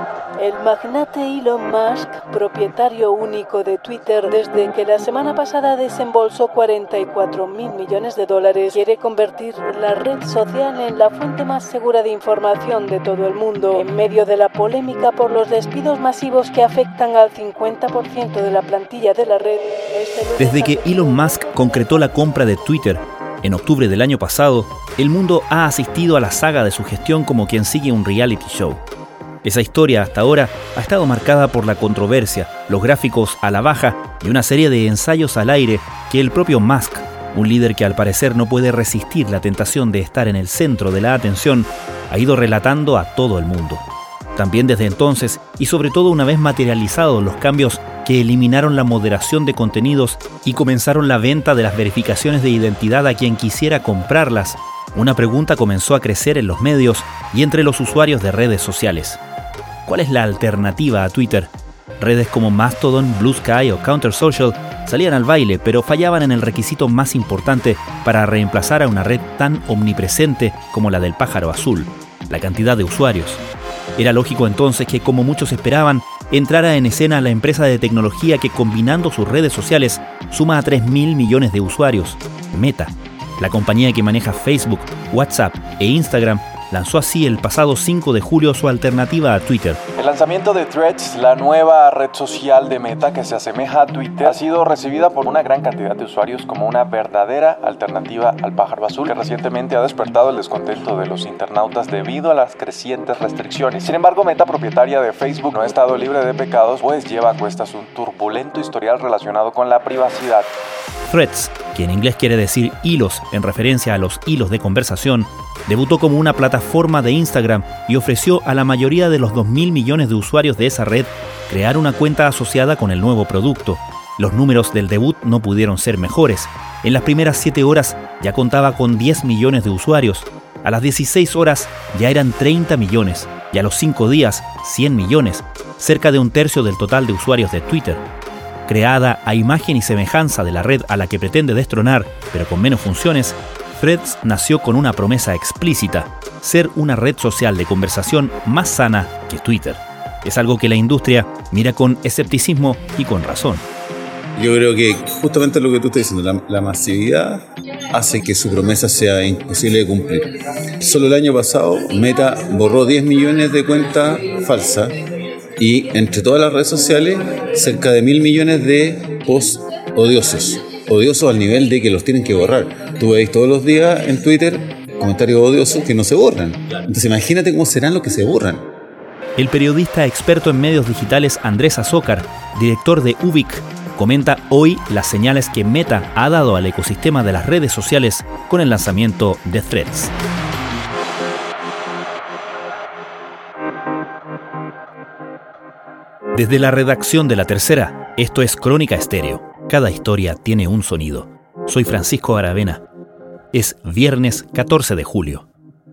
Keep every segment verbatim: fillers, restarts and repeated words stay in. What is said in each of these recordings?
El magnate Elon Musk, propietario único de Twitter desde que la semana pasada desembolsó cuarenta y cuatro mil millones de dólares, quiere convertir la red social en la fuente más segura de información de todo el mundo. En medio de la polémica por los despidos masivos que afectan al cincuenta por ciento de la plantilla de la red... Este Desde que Elon Musk concretó la compra de Twitter en octubre del año pasado, el mundo ha asistido a la saga de su gestión como quien sigue un reality show. Esa historia hasta ahora ha estado marcada por la controversia, los gráficos a la baja y una serie de ensayos al aire que el propio Musk, un líder que al parecer no puede resistir la tentación de estar en el centro de la atención, ha ido relatando a todo el mundo. También desde entonces, y sobre todo una vez materializados los cambios que eliminaron la moderación de contenidos y comenzaron la venta de las verificaciones de identidad a quien quisiera comprarlas, una pregunta comenzó a crecer en los medios y entre los usuarios de redes sociales. ¿Cuál es la alternativa a Twitter? Redes como Mastodon, Blue Sky o Counter Social salían al baile, pero fallaban en el requisito más importante para reemplazar a una red tan omnipresente como la del pájaro azul, la cantidad de usuarios. Era lógico entonces que, como muchos esperaban, entrara en escena la empresa de tecnología que, combinando sus redes sociales, suma a tres mil millones de usuarios, Meta. La compañía que maneja Facebook, WhatsApp e Instagram lanzó así el pasado cinco de julio su alternativa a Twitter. El lanzamiento de Threads, la nueva red social de Meta que se asemeja a Twitter, ha sido recibida por una gran cantidad de usuarios como una verdadera alternativa al pájaro azul, que recientemente ha despertado el descontento de los internautas debido a las crecientes restricciones. Sin embargo, Meta, propietaria de Facebook, no ha estado libre de pecados, pues lleva a cuestas un turbulento historial relacionado con la privacidad. Threads, que en inglés quiere decir hilos en referencia a los hilos de conversación, debutó como una plataforma de Instagram y ofreció a la mayoría de los dos mil millones de usuarios de esa red crear una cuenta asociada con el nuevo producto. Los números del debut no pudieron ser mejores. En las primeras siete horas ya contaba con diez millones de usuarios. A las dieciséis horas ya eran treinta millones y a los cinco días cien millones, cerca de un tercio del total de usuarios de Twitter. Creada a imagen y semejanza de la red a la que pretende destronar, pero con menos funciones, Threads nació con una promesa explícita: ser una red social de conversación más sana que Twitter. Es algo que la industria mira con escepticismo y con razón. Yo creo que justamente lo que tú estás diciendo, la, la masividad hace que su promesa sea imposible de cumplir. Solo el año pasado Meta borró diez millones de cuentas falsas y entre todas las redes sociales cerca de mil millones de posts odiosos. Odiosos al nivel de que los tienen que borrar. Tú veis todos los días en Twitter comentarios odiosos que no se borran. Entonces imagínate cómo serán los que se borran. El periodista experto en medios digitales Andrés Azócar, director de Ubic, comenta hoy las señales que Meta ha dado al ecosistema de las redes sociales con el lanzamiento de Threads. Desde la redacción de La Tercera, esto es Crónica Estéreo. Cada historia tiene un sonido. Soy Francisco Aravena. Es viernes catorce de julio.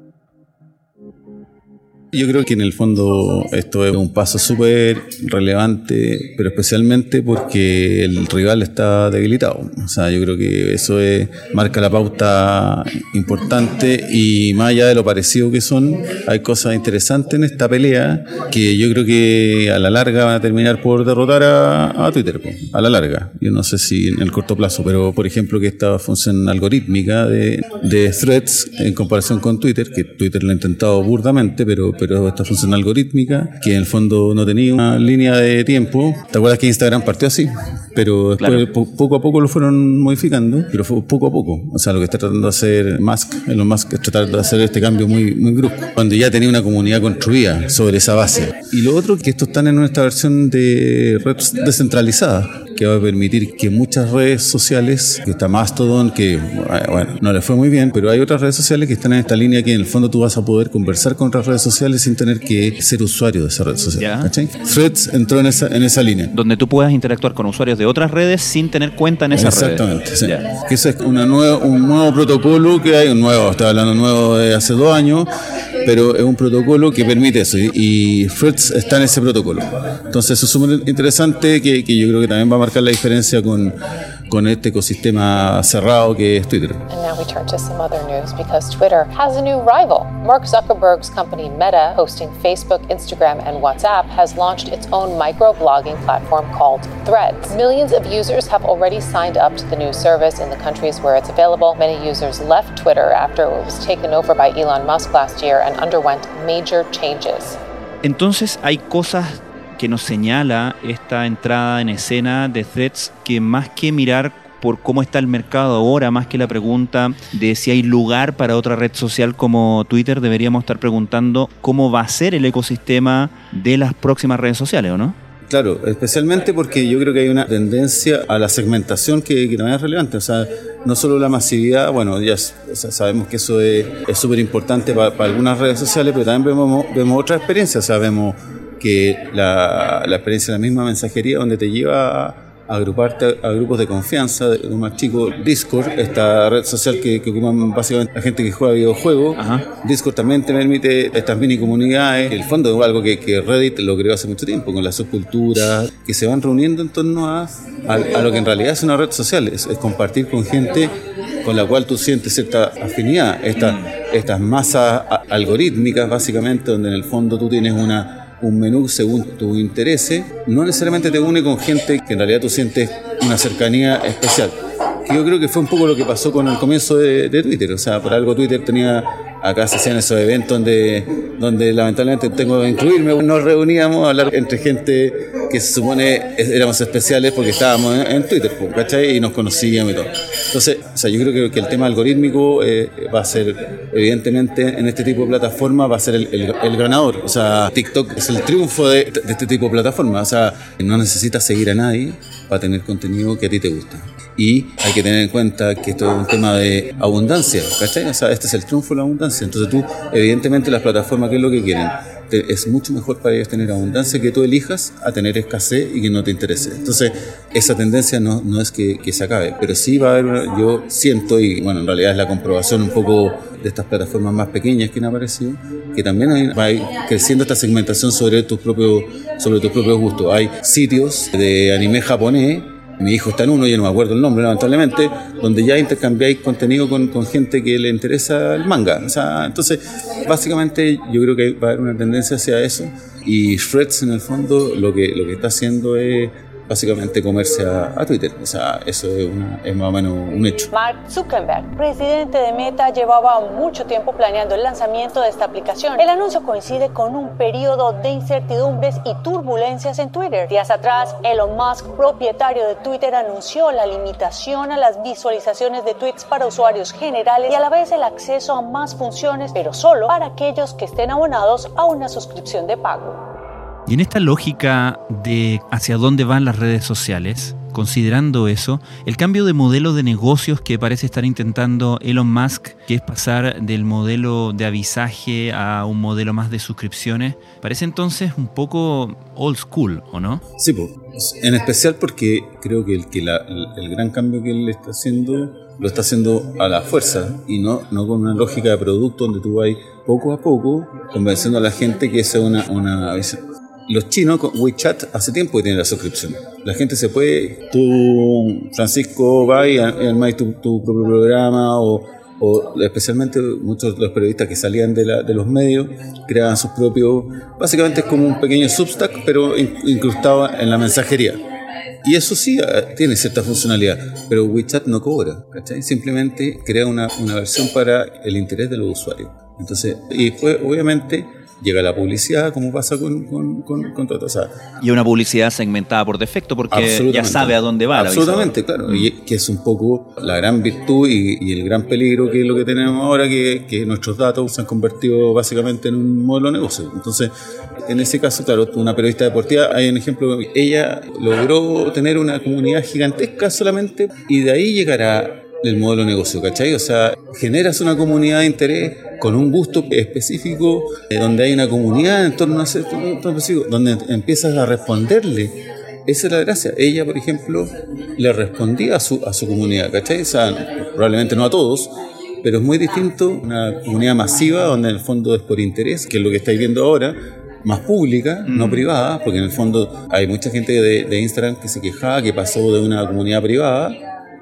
Yo creo que en el fondo esto es un paso súper relevante, pero especialmente porque el rival está debilitado. O sea, yo creo que eso es, marca la pauta importante y más allá de lo parecido que son, hay cosas interesantes en esta pelea que yo creo que a la larga van a terminar por derrotar a, a Twitter, a la larga. Yo no sé si en el corto plazo, pero por ejemplo que esta función algorítmica de, de Threads en comparación con Twitter, que Twitter lo ha intentado burdamente, pero pero esta función algorítmica, que en el fondo no tenía una línea de tiempo. ¿Te acuerdas que Instagram partió así? Pero después claro. po- poco a poco lo fueron modificando, pero fue poco a poco. O sea, lo que está tratando de hacer Musk, Elon Musk, es tratar de hacer este cambio muy, muy brusco, cuando ya tenía una comunidad construida sobre esa base. Y lo otro, que estos están en esta versión de red descentralizada, que va a permitir que muchas redes sociales, que está Mastodon, que bueno, no le fue muy bien, pero hay otras redes sociales que están en esta línea que en el fondo tú vas a poder conversar con otras redes sociales sin tener que ser usuario de esa red social. ¿Cachai? Threads entró en esa, en esa línea. Donde tú puedas interactuar con usuarios de otras redes sin tener cuenta en esas redes. Exactamente, sí. Yeah. Que ese es una nueva, un nuevo protocolo que hay, un nuevo, estaba hablando nuevo de hace dos años, pero es un protocolo que permite eso y, y Threads está en ese protocolo. Entonces eso es súper interesante que, que yo creo que también va a marcar la diferencia con, con este ecosistema cerrado que es Twitter. And now we turn to some other news because Twitter has a new rival. Mark Zuckerberg's company Meta, hosting Facebook, Instagram, and WhatsApp, has launched its own microblogging platform called Threads. Millions of users have already signed up to the new service in the countries where it's available. Many users left Twitter after it was taken over by Elon Musk last year and underwent major changes. Entonces hay cosas que nos señala esta entrada en escena de Threads que más que mirar por cómo está el mercado ahora, más que la pregunta de si hay lugar para otra red social como Twitter, deberíamos estar preguntando cómo va a ser el ecosistema de las próximas redes sociales, ¿o no? Claro, especialmente porque yo creo que hay una tendencia a la segmentación que, que también es relevante. O sea, no solo la masividad, bueno, ya o sea, sabemos que eso es súper importante para, para algunas redes sociales, pero también vemos, vemos otras experiencias. O sea, vemos que la, la experiencia de la misma mensajería donde te lleva a, a agruparte a grupos de confianza, de lo más chico, Discord, esta red social que, que ocupan básicamente la gente que juega videojuegos. Ajá. Discord también te permite estas mini comunidades. El fondo es algo que, que Reddit lo creó hace mucho tiempo, con las subculturas que se van reuniendo en torno a, a, a lo que en realidad es una red social, es, es compartir con gente con la cual tú sientes cierta afinidad. Esta, estas masas algorítmicas básicamente, donde en el fondo tú tienes una un menú según tus intereses, no necesariamente te une con gente que en realidad tú sientes una cercanía especial. Que yo creo que fue un poco lo que pasó con el comienzo de, de Twitter. O sea, por algo Twitter tenía, acá se hacían esos eventos donde, donde lamentablemente tengo que incluirme, nos reuníamos a hablar entre gente que se supone éramos especiales porque estábamos en, en Twitter, ¿cachai? Y nos conocíamos y todo. Entonces, o sea, yo creo que, que el tema algorítmico eh, va a ser, evidentemente, en este tipo de plataformas va a ser el, el, el ganador. O sea, TikTok es el triunfo de, de este tipo de plataformas. O sea, no necesitas seguir a nadie para tener contenido que a ti te gusta. Y hay que tener en cuenta que esto es un tema de abundancia, ¿cachai? O sea, este es el triunfo de la abundancia. Entonces tú, evidentemente, las plataformas, ¿qué es lo que quieren? Te, es mucho mejor para ellos tener abundancia que tú elijas a tener escasez y que no te interese. Entonces, esa tendencia no, no es que, que se acabe, pero sí va a haber, una, yo siento, y bueno, en realidad es la comprobación un poco de estas plataformas más pequeñas que han aparecido, que también hay, va a ir creciendo esta segmentación sobre tus propios, sobre tus propios gustos. Hay sitios de anime japonés, mi hijo está en uno, yo no me acuerdo el nombre lamentablemente, donde ya intercambiáis contenido con, con gente que le interesa el manga. O sea, entonces, básicamente yo creo que va a haber una tendencia hacia eso, y Threads en el fondo lo que, lo que está haciendo es básicamente comerse a, a Twitter. O sea, eso es, una, es más o menos un hecho. Mark Zuckerberg, presidente de Meta, llevaba mucho tiempo planeando el lanzamiento de esta aplicación. El anuncio coincide con un periodo de incertidumbres y turbulencias en Twitter. Días atrás, Elon Musk, propietario de Twitter, anunció la limitación a las visualizaciones de tweets para usuarios generales y a la vez el acceso a más funciones, pero solo para aquellos que estén abonados a una suscripción de pago. Y en esta lógica de hacia dónde van las redes sociales, considerando eso, el cambio de modelo de negocios que parece estar intentando Elon Musk, que es pasar del modelo de avisaje a un modelo más de suscripciones, parece entonces un poco old school, ¿o no? Sí, pues, en especial porque creo que el, que la, el gran cambio que él está haciendo lo está haciendo a la fuerza y no, no con una lógica de producto donde tú vas poco a poco convenciendo a la gente que esa es una... una Los chinos con WeChat hace tiempo que tienen la suscripción. La gente se puede, tú, Francisco, vas y armáis tu, tu propio programa, o, o especialmente muchos de los periodistas que salían de, la, de los medios creaban sus propios, básicamente es como un pequeño Substack, pero incrustado en la mensajería. Y eso sí tiene cierta funcionalidad, pero WeChat no cobra, ¿cachai? Simplemente crea una, una versión para el interés de los usuarios. Entonces, y después, obviamente, llega la publicidad, como pasa con, con, con, con todo. O sea, y una publicidad segmentada por defecto, porque ya sabe a dónde va. Absolutamente, claro. Mm. Y que es un poco la gran virtud y, y el gran peligro que es lo que tenemos ahora, que, que nuestros datos se han convertido básicamente en un modelo de negocio. Entonces, en ese caso, claro, una periodista deportiva, hay un ejemplo, ella logró tener una comunidad gigantesca solamente, y de ahí llegará el modelo de negocio, ¿cachai? O sea, generas una comunidad de interés con un gusto específico, eh, donde hay una comunidad en torno a ese gusto específico, donde empiezas a responderle. Esa es la gracia. Ella, por ejemplo, le respondía a su, a su comunidad, ¿cachai? O sea, probablemente no a todos, pero es muy distinto una comunidad masiva, donde en el fondo es por interés, que es lo que estáis viendo ahora, más pública, mm. no privada, porque en el fondo hay mucha gente de, de Instagram que se quejaba que pasó de una comunidad privada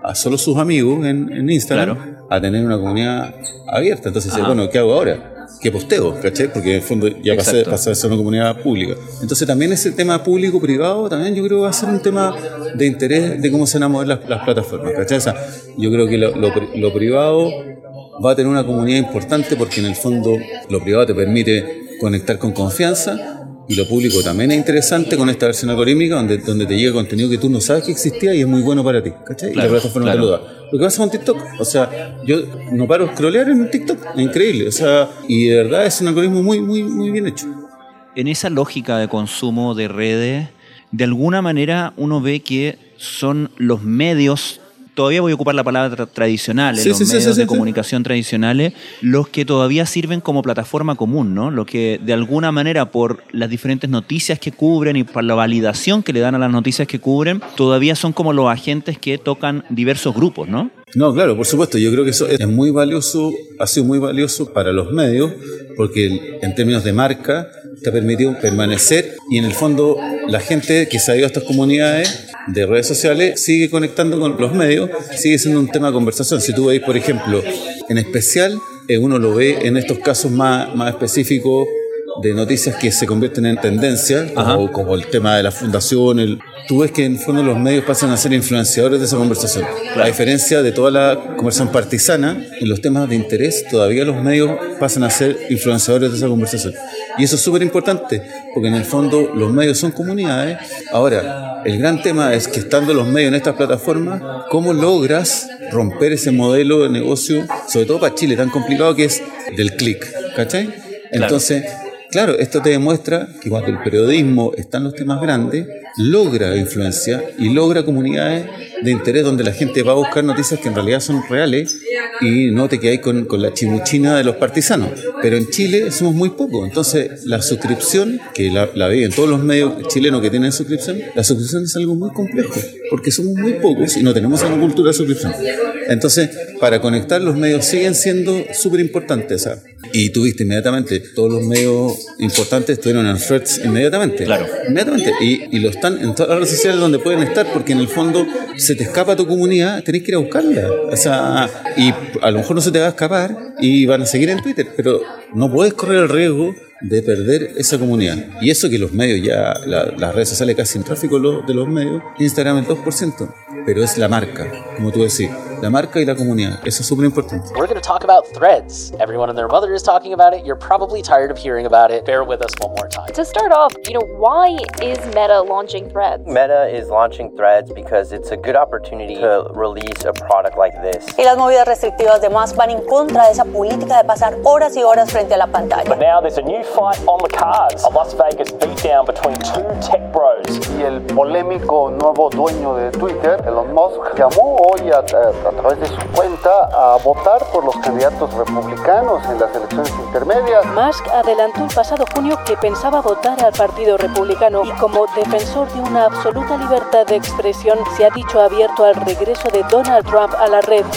a solo sus amigos en, en Instagram, claro, a tener una comunidad abierta. Entonces dice, bueno, ¿qué hago ahora? ¿Qué posteo? ¿Cachai? Porque en el fondo ya pasé, pasé a ser una comunidad pública. Entonces también ese tema público-privado también yo creo que va a ser un tema de interés de cómo se van a mover las, las plataformas, ¿cachai? O sea, yo creo que lo, lo, lo privado va a tener una comunidad importante porque en el fondo lo privado te permite conectar con confianza. Y lo público también es interesante con esta versión algorítmica donde, donde te llega contenido que tú no sabes que existía y es muy bueno para ti, ¿cachai? Claro, y la plataforma claro. te lo da. Lo que pasa con TikTok, o sea, yo no paro de scrollear en TikTok, es increíble, o sea, y de verdad es un algoritmo muy, muy, muy bien hecho. En esa lógica de consumo de redes, de alguna manera uno ve que son los medios, todavía voy a ocupar la palabra tra- tradicionales, sí, los sí, medios sí, sí, de sí, comunicación sí. tradicionales, los que todavía sirven como plataforma común, ¿no? Los que de alguna manera por las diferentes noticias que cubren y por la validación que le dan a las noticias que cubren, todavía son como los agentes que tocan diversos grupos, ¿no? No, claro, por supuesto, yo creo que eso es muy valioso, ha sido muy valioso para los medios, porque en términos de marca te ha permitido permanecer y en el fondo la gente que se ha ido a estas comunidades de redes sociales sigue conectando con los medios, sigue siendo un tema de conversación. Si tú veis, por ejemplo, en especial, eh, uno lo ve en estos casos más, más específicos de noticias que se convierten en tendencia, como, como el tema de la fundación, el, tú ves que en el fondo los medios pasan a ser influenciadores de esa conversación. Claro. A diferencia de toda la conversación partisana, en los temas de interés todavía los medios pasan a ser influenciadores de esa conversación. Y eso es súper importante, porque en el fondo los medios son comunidades. Ahora, el gran tema es que estando los medios en estas plataformas, ¿cómo logras romper ese modelo de negocio, sobre todo para Chile, tan complicado que es del click? ¿Cachai? Entonces... Claro. Claro, esto te demuestra que cuando el periodismo está en los temas grandes, logra influencia y logra comunidades de interés donde la gente va a buscar noticias que en realidad son reales y no te quedáis con, con la chimuchina de los partisanos. Pero en Chile somos muy pocos, entonces la suscripción, que la, la vi en todos los medios chilenos que tienen suscripción, la suscripción es algo muy complejo, porque somos muy pocos y no tenemos una cultura de suscripción. Entonces, para conectar los medios siguen siendo súper importantes, ¿sabes? Y tuviste inmediatamente, todos los medios importantes estuvieron en Threads inmediatamente. Claro. Inmediatamente. Y, y lo están en todas las redes sociales donde pueden estar, porque en el fondo se te escapa tu comunidad, tenés que ir a buscarla. O sea, y a lo mejor no se te va a escapar y van a seguir en Twitter, pero no puedes correr el riesgo de perder esa comunidad. Y eso que los medios ya, la, las redes sociales casi en tráfico lo, de los medios, Instagram el dos por ciento, pero es la marca, como tú decís, la marca y la comunidad, eso es súper importante. We're going to talk about Threads. Everyone and their mother is talking about it. You're probably tired of hearing about it. Bear with us one more time. To start off, you know, why is Meta launching Threads? Meta is launching Threads because it's a good opportunity to release a product like this. Y las movidas restrictivas de Musk van en contra de esa política de pasar horas y horas frente a la pantalla. But now there's a new fight on the cards. A Las Vegas beatdown between two tech bros. Y el polémico nuevo dueño de Twitter, Elon Musk, llamó hoy a, a, a través de su cuenta a votar por los candidatos republicanos en las elecciones intermedias. Musk adelantó el pasado junio que pensaba votar al Partido Republicano y como defensor de una absoluta libertad de expresión se ha dicho abierto al regreso de Donald Trump a la red.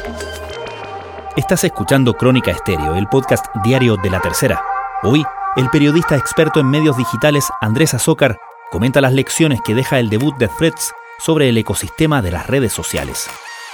Estás escuchando Crónica Estéreo, el podcast diario de La Tercera. Hoy, el periodista experto en medios digitales Andrés Azócar comenta las lecciones que deja el debut de Threads sobre el ecosistema de las redes sociales.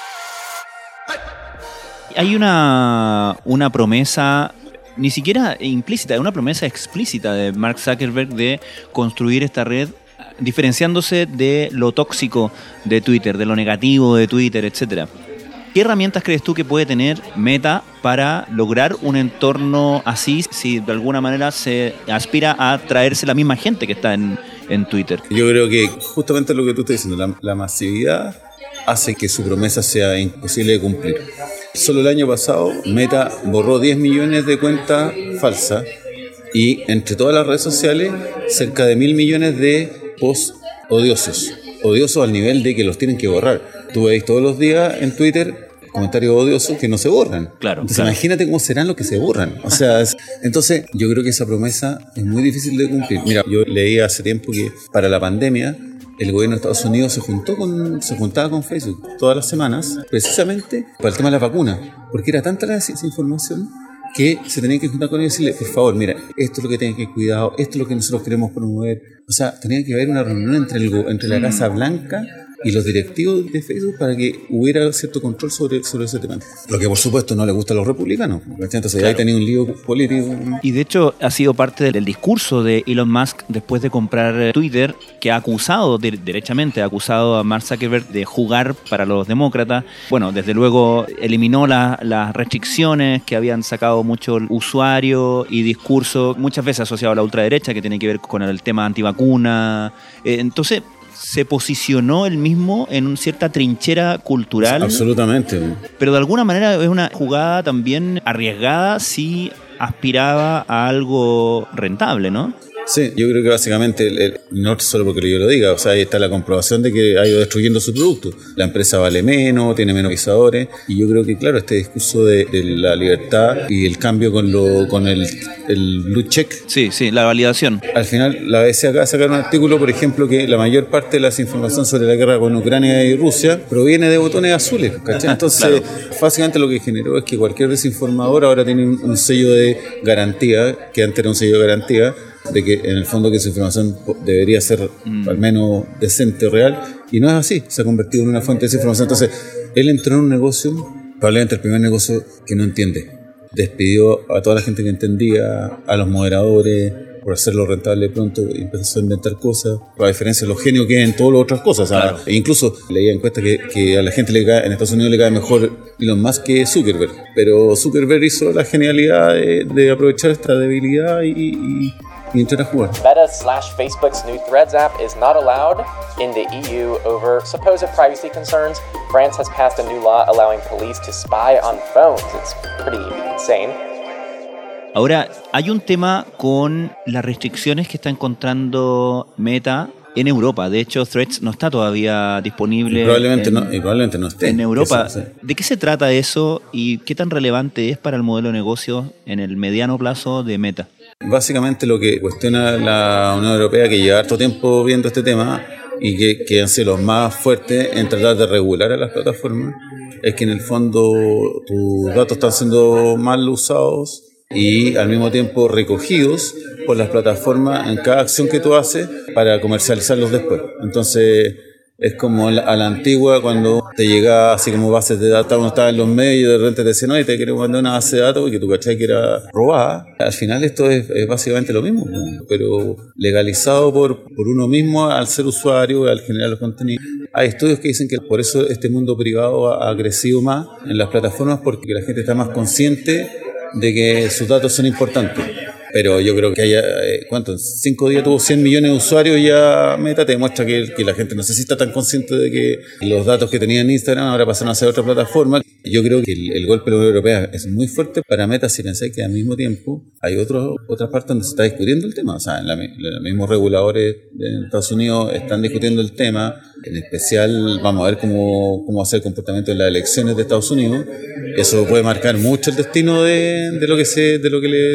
Hay una, una promesa, ni siquiera implícita, una promesa explícita de Mark Zuckerberg de construir esta red diferenciándose de lo tóxico de Twitter, de lo negativo de Twitter, etcétera. ¿Qué herramientas crees tú que puede tener Meta para lograr un entorno así, si de alguna manera se aspira a traerse la misma gente que está en, en Twitter? Yo creo que justamente lo que tú estás diciendo, la, la masividad hace que su promesa sea imposible de cumplir. Solo el año pasado Meta borró diez millones de cuentas falsas y entre todas las redes sociales cerca de mil millones de posts odiosos. Odiosos al nivel de que los tienen que borrar. Tú veis todos los días en Twitter comentarios odiosos que no se borran. Claro, entonces claro. Imagínate cómo serán los que se borran. O sea, es, entonces yo creo que esa promesa es muy difícil de cumplir. Mira, yo leí hace tiempo que para la pandemia el gobierno de Estados Unidos se juntó con, se juntaba con Facebook todas las semanas, precisamente para el tema de la vacuna, porque era tanta la desinformación que se tenían que juntar con ellos y decirle, por favor, mira, esto es lo que tienen que tener cuidado, esto es lo que nosotros queremos promover. O sea, tenía que haber una reunión entre, el, entre la Casa Blanca y los directivos de Facebook para que hubiera cierto control sobre, sobre ese tema. Lo que por supuesto no le gusta a los republicanos. Entonces claro. Ahí tenía un lío político. Y de hecho ha sido parte del discurso de Elon Musk después de comprar Twitter, que ha acusado, de, derechamente ha acusado a Mark Zuckerberg de jugar para los demócratas. Bueno, desde luego eliminó la, las restricciones que habían sacado mucho usuario y discurso, muchas veces asociado a la ultraderecha, que tiene que ver con el tema antivacuna. Eh, entonces se posicionó él mismo en una cierta trinchera cultural. Absolutamente. Pero de alguna manera es una jugada también arriesgada si aspiraba a algo rentable, ¿no? Sí, yo creo que básicamente, el, el, no solo porque yo lo diga, o sea, ahí está la comprobación de que ha ido destruyendo su producto. La empresa vale menos, tiene menos visadores, y yo creo que, claro, este discurso de, de la libertad y el cambio con lo con el, el blue check. Sí, sí, la validación. Al final, la B B C acaba de sacar un artículo, por ejemplo, que la mayor parte de la información sobre la guerra con Ucrania y Rusia proviene de botones azules, ¿cachai? Entonces, claro. Básicamente lo que generó es que cualquier desinformador ahora tiene un, un sello de garantía, que antes era un sello de garantía, de que en el fondo que esa información debería ser mm. al menos decente o real, y no es así, se ha convertido en una fuente de desinformación. Entonces él entró en un negocio, probablemente el primer negocio que no entiende, despidió a toda la gente que entendía, a los moderadores por hacerlo rentable pronto, y empezó a inventar cosas, a diferencia de los genios que en todas las otras cosas. Claro. E incluso leía encuestas que, que a la gente le cae, en Estados Unidos le cae mejor Elon Musk que Zuckerberg, pero Zuckerberg hizo la genialidad de, de aprovechar esta debilidad y, y y entrar a jugar. Meta slash Facebook's new Threads app is not allowed in the E U over supposed privacy concerns. France has passed a new law allowing police to spy on phones. It's pretty insane. Ahora, hay un tema con las restricciones que está encontrando Meta en Europa. De hecho, Threads no está todavía disponible. Y probablemente, en, no, y probablemente no esté. En Europa. Eso, sí. ¿De qué se trata eso y qué tan relevante es para el modelo de negocio en el mediano plazo de Meta? Básicamente lo que cuestiona la Unión Europea, que lleva harto tiempo viendo este tema y que, que han sido los más fuertes en tratar de regular a las plataformas, es que en el fondo tus datos están siendo mal usados y al mismo tiempo recogidos por las plataformas en cada acción que tú haces para comercializarlos después. Entonces es como a la antigua, cuando te llega así como bases de datos, uno estaba en los medios y de repente te decían, oye, te quiero mandar una base de datos y que tu cachai que era robada. Al final esto es, es básicamente lo mismo, pero legalizado por, por uno mismo al ser usuario, al generar los contenidos. Hay estudios que dicen que por eso este mundo privado ha, ha crecido más en las plataformas, porque la gente está más consciente de que sus datos son importantes. Pero yo creo que haya, eh, ¿cuánto? En cinco días tuvo cien millones de usuarios, ya Meta te demuestra que, que la gente no sé si está tan consciente de que los datos que tenía en Instagram ahora pasaron a ser otra plataforma. Yo creo que el, el golpe de la Unión Europea es muy fuerte para Meta, si pensáis que al mismo tiempo hay otros, otras partes donde se está discutiendo el tema. O sea, en la, los mismos reguladores de Estados Unidos están discutiendo el tema. En especial vamos a ver cómo, cómo va a ser el comportamiento en las elecciones de Estados Unidos. Eso puede marcar mucho el destino de, de lo que se, de lo que le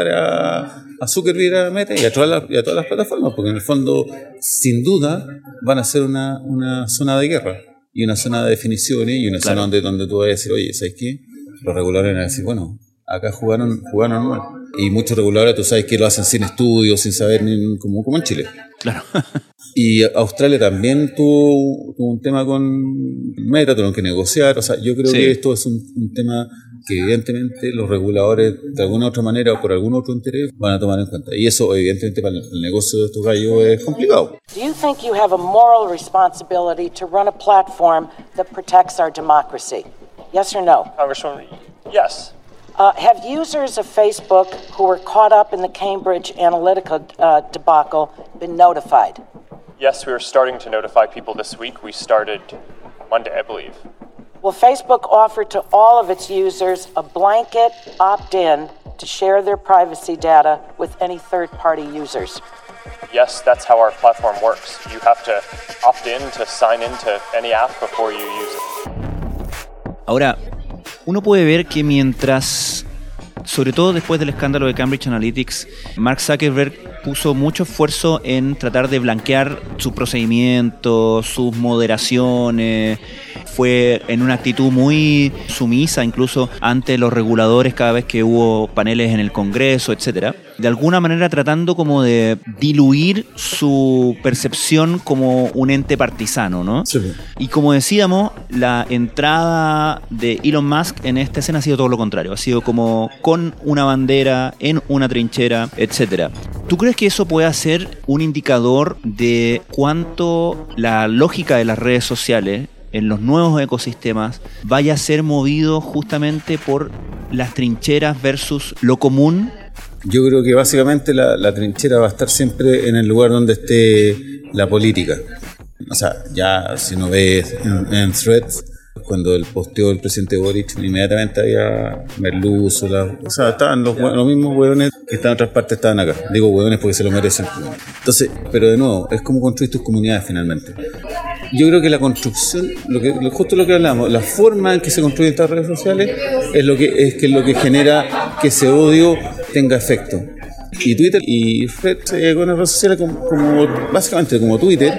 depara a Zuckerberg, a Meta y a todas las, y a todas las plataformas, porque en el fondo, sin duda, van a ser una, una zona de guerra y una zona de definiciones y una claro. zona donde, donde tú vas a decir, oye, ¿sabes qué? Los reguladores van a decir, bueno, acá jugaron, jugaron mal. Y muchos reguladores, tú sabes que lo hacen sin estudios, sin saber, ni, como, como en Chile. Claro. Y Australia también tuvo, tuvo un tema con Meta, tuvieron que negociar. O sea, yo creo sí. que esto es un, un tema que evidentemente los reguladores, de alguna u otra manera o por algún otro interés, van a tomar en cuenta. Y eso, evidentemente, para el negocio de estos gallos es complicado. Do you think you have a moral responsibility to run a platform that protects our democracy? Yes or no? Congresswoman, yes. Uh, have users of Facebook who were caught up in the Cambridge Analytica uh, debacle been notified? Yes, we are starting to notify people this week. We started Monday, I believe. Will Facebook offer to all of its users a blanket opt-in to share their privacy data with any third-party users? Yes, that's how our platform works. You have to opt in to sign into any app before you use it. Ahora, uno puede ver que mientras, sobre todo después del escándalo de Cambridge Analytics, Mark Zuckerberg puso mucho esfuerzo en tratar de blanquear sus procedimientos, sus moderaciones. Fue fue en una actitud muy sumisa incluso ante los reguladores cada vez que hubo paneles en el Congreso, etcétera. De alguna manera tratando como de diluir su percepción como un ente partisano, ¿no? Sí. Y como decíamos, la entrada de Elon Musk en esta escena ha sido todo lo contrario. Ha sido como con una bandera, en una trinchera, etcétera. ¿Tú crees que eso puede ser un indicador de cuánto la lógica de las redes sociales en los nuevos ecosistemas vaya a ser movido justamente por las trincheras versus lo común? Yo creo que básicamente la, la trinchera va a estar siempre en el lugar donde esté la política. O sea, ya si uno ve en, en Threads, cuando el posteó el presidente Boric, inmediatamente había merluzo, la, o sea, estaban los, los mismos hueones que estaban en otras partes, estaban acá. Digo hueones porque se lo merecen. Entonces, pero de nuevo, es como construir tus comunidades finalmente. Yo creo que la construcción, lo que, justo lo que hablamos, la forma en que se construyen estas redes sociales es lo que es que lo que genera que ese odio tenga efecto. Y Twitter y Threads, eh, con las redes sociales como, como básicamente como Twitter,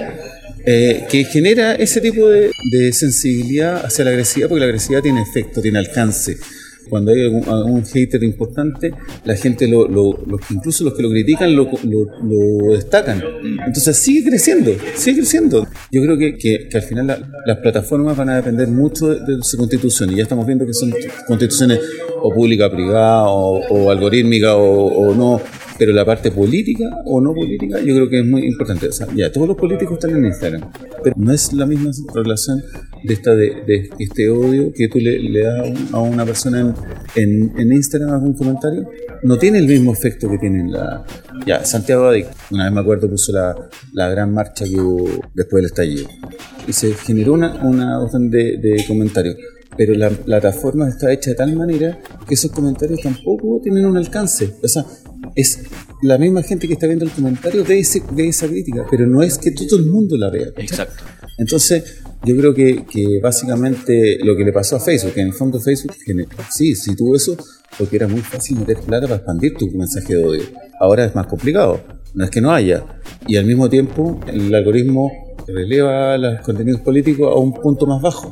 eh, que genera ese tipo de, de sensibilidad hacia la agresividad, porque la agresividad tiene efecto, tiene alcance. Cuando hay algún, algún hater importante, la gente, lo, lo, lo, incluso los que lo critican, lo, lo, lo destacan. Entonces sigue creciendo, sigue creciendo. Yo creo que, que, que al final la, las plataformas van a depender mucho de, de su constitución, y ya estamos viendo que son constituciones o pública, privada, o, o algorítmica, o, o no. Pero la parte política o no política yo creo que es muy importante. O sea, ya, todos los políticos están en Instagram, pero no es la misma relación de esta de, de este odio que tú le, le das a una persona en, en, en Instagram, algún comentario, no tiene el mismo efecto que tiene en la... Ya, Santiago Adic, una vez me acuerdo, puso la, la gran marcha que hubo después del estallido, y se generó una, una orden de, de comentarios. Pero la plataforma está hecha de tal manera que esos comentarios tampoco tienen un alcance. O sea, es la misma gente que está viendo el comentario de, ese, de esa crítica, pero no es que todo el mundo la vea. ¿Sí? Exacto. Entonces, yo creo que, que básicamente lo que le pasó a Facebook, que en el fondo Facebook, sí, sí tuvo eso, porque era muy fácil meter plata para expandir tu mensaje de odio. Ahora es más complicado, no es que no haya. Y al mismo tiempo, el algoritmo releva los contenidos políticos a un punto más bajo.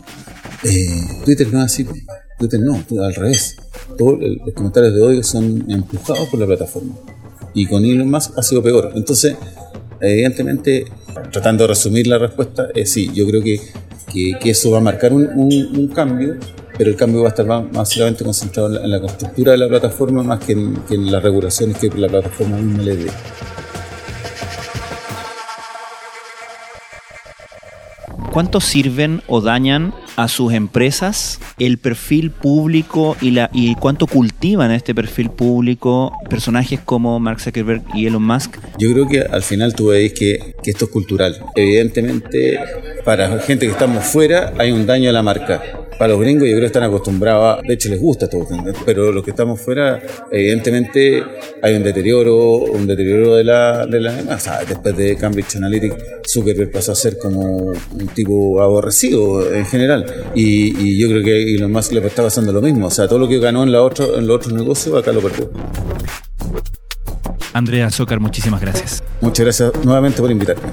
Eh, Twitter no es así, Twitter no, al revés. Todos los comentarios de odio son empujados por la plataforma, y con Elon Musk ha sido peor. Entonces, evidentemente, tratando de resumir la respuesta, eh, sí, yo creo que, que, que eso va a marcar un, un, un cambio, pero el cambio va a estar más, básicamente concentrado en la, en la estructura de la plataforma más que en, que en las regulaciones que la plataforma misma le dé. ¿Cuánto sirven o dañan a sus empresas el perfil público y, la, y cuánto cultivan este perfil público personajes como Mark Zuckerberg y Elon Musk? Yo creo que al final tú veis que, que esto es cultural. Evidentemente, para gente que estamos fuera hay un daño a la marca. Para los gringos yo creo que están acostumbrados, a, de hecho les gusta todo, pero los que estamos fuera, evidentemente hay un deterioro, un deterioro de la, de la o sea, después de Cambridge Analytica, Zuckerberg pasó a ser como un tipo aborrecido en general, y, y yo creo que a Elon Musk le está pasando lo mismo, o sea, todo lo que ganó en, la otro, en los otros negocios, acá lo perdió. Andrea Zócar, muchísimas gracias. Muchas gracias nuevamente por invitarme.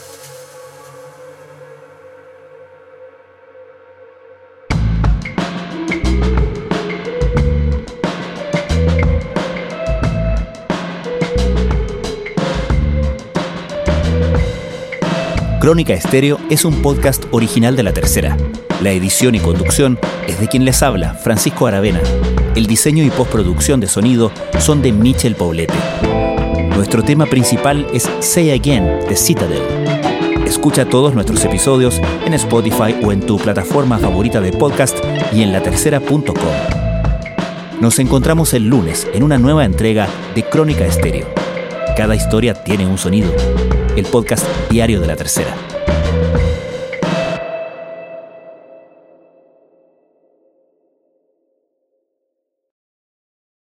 Crónica Estéreo es un podcast original de La Tercera. La edición y conducción es de quien les habla, Francisco Aravena. El diseño y postproducción de sonido son de Michel Poblete. Nuestro tema principal es Say Again, de Citadel. Escucha todos nuestros episodios en Spotify o en tu plataforma favorita de podcast y en la tercera punto com. Nos encontramos el lunes en una nueva entrega de Crónica Estéreo. Cada historia tiene un sonido. El podcast diario de La Tercera.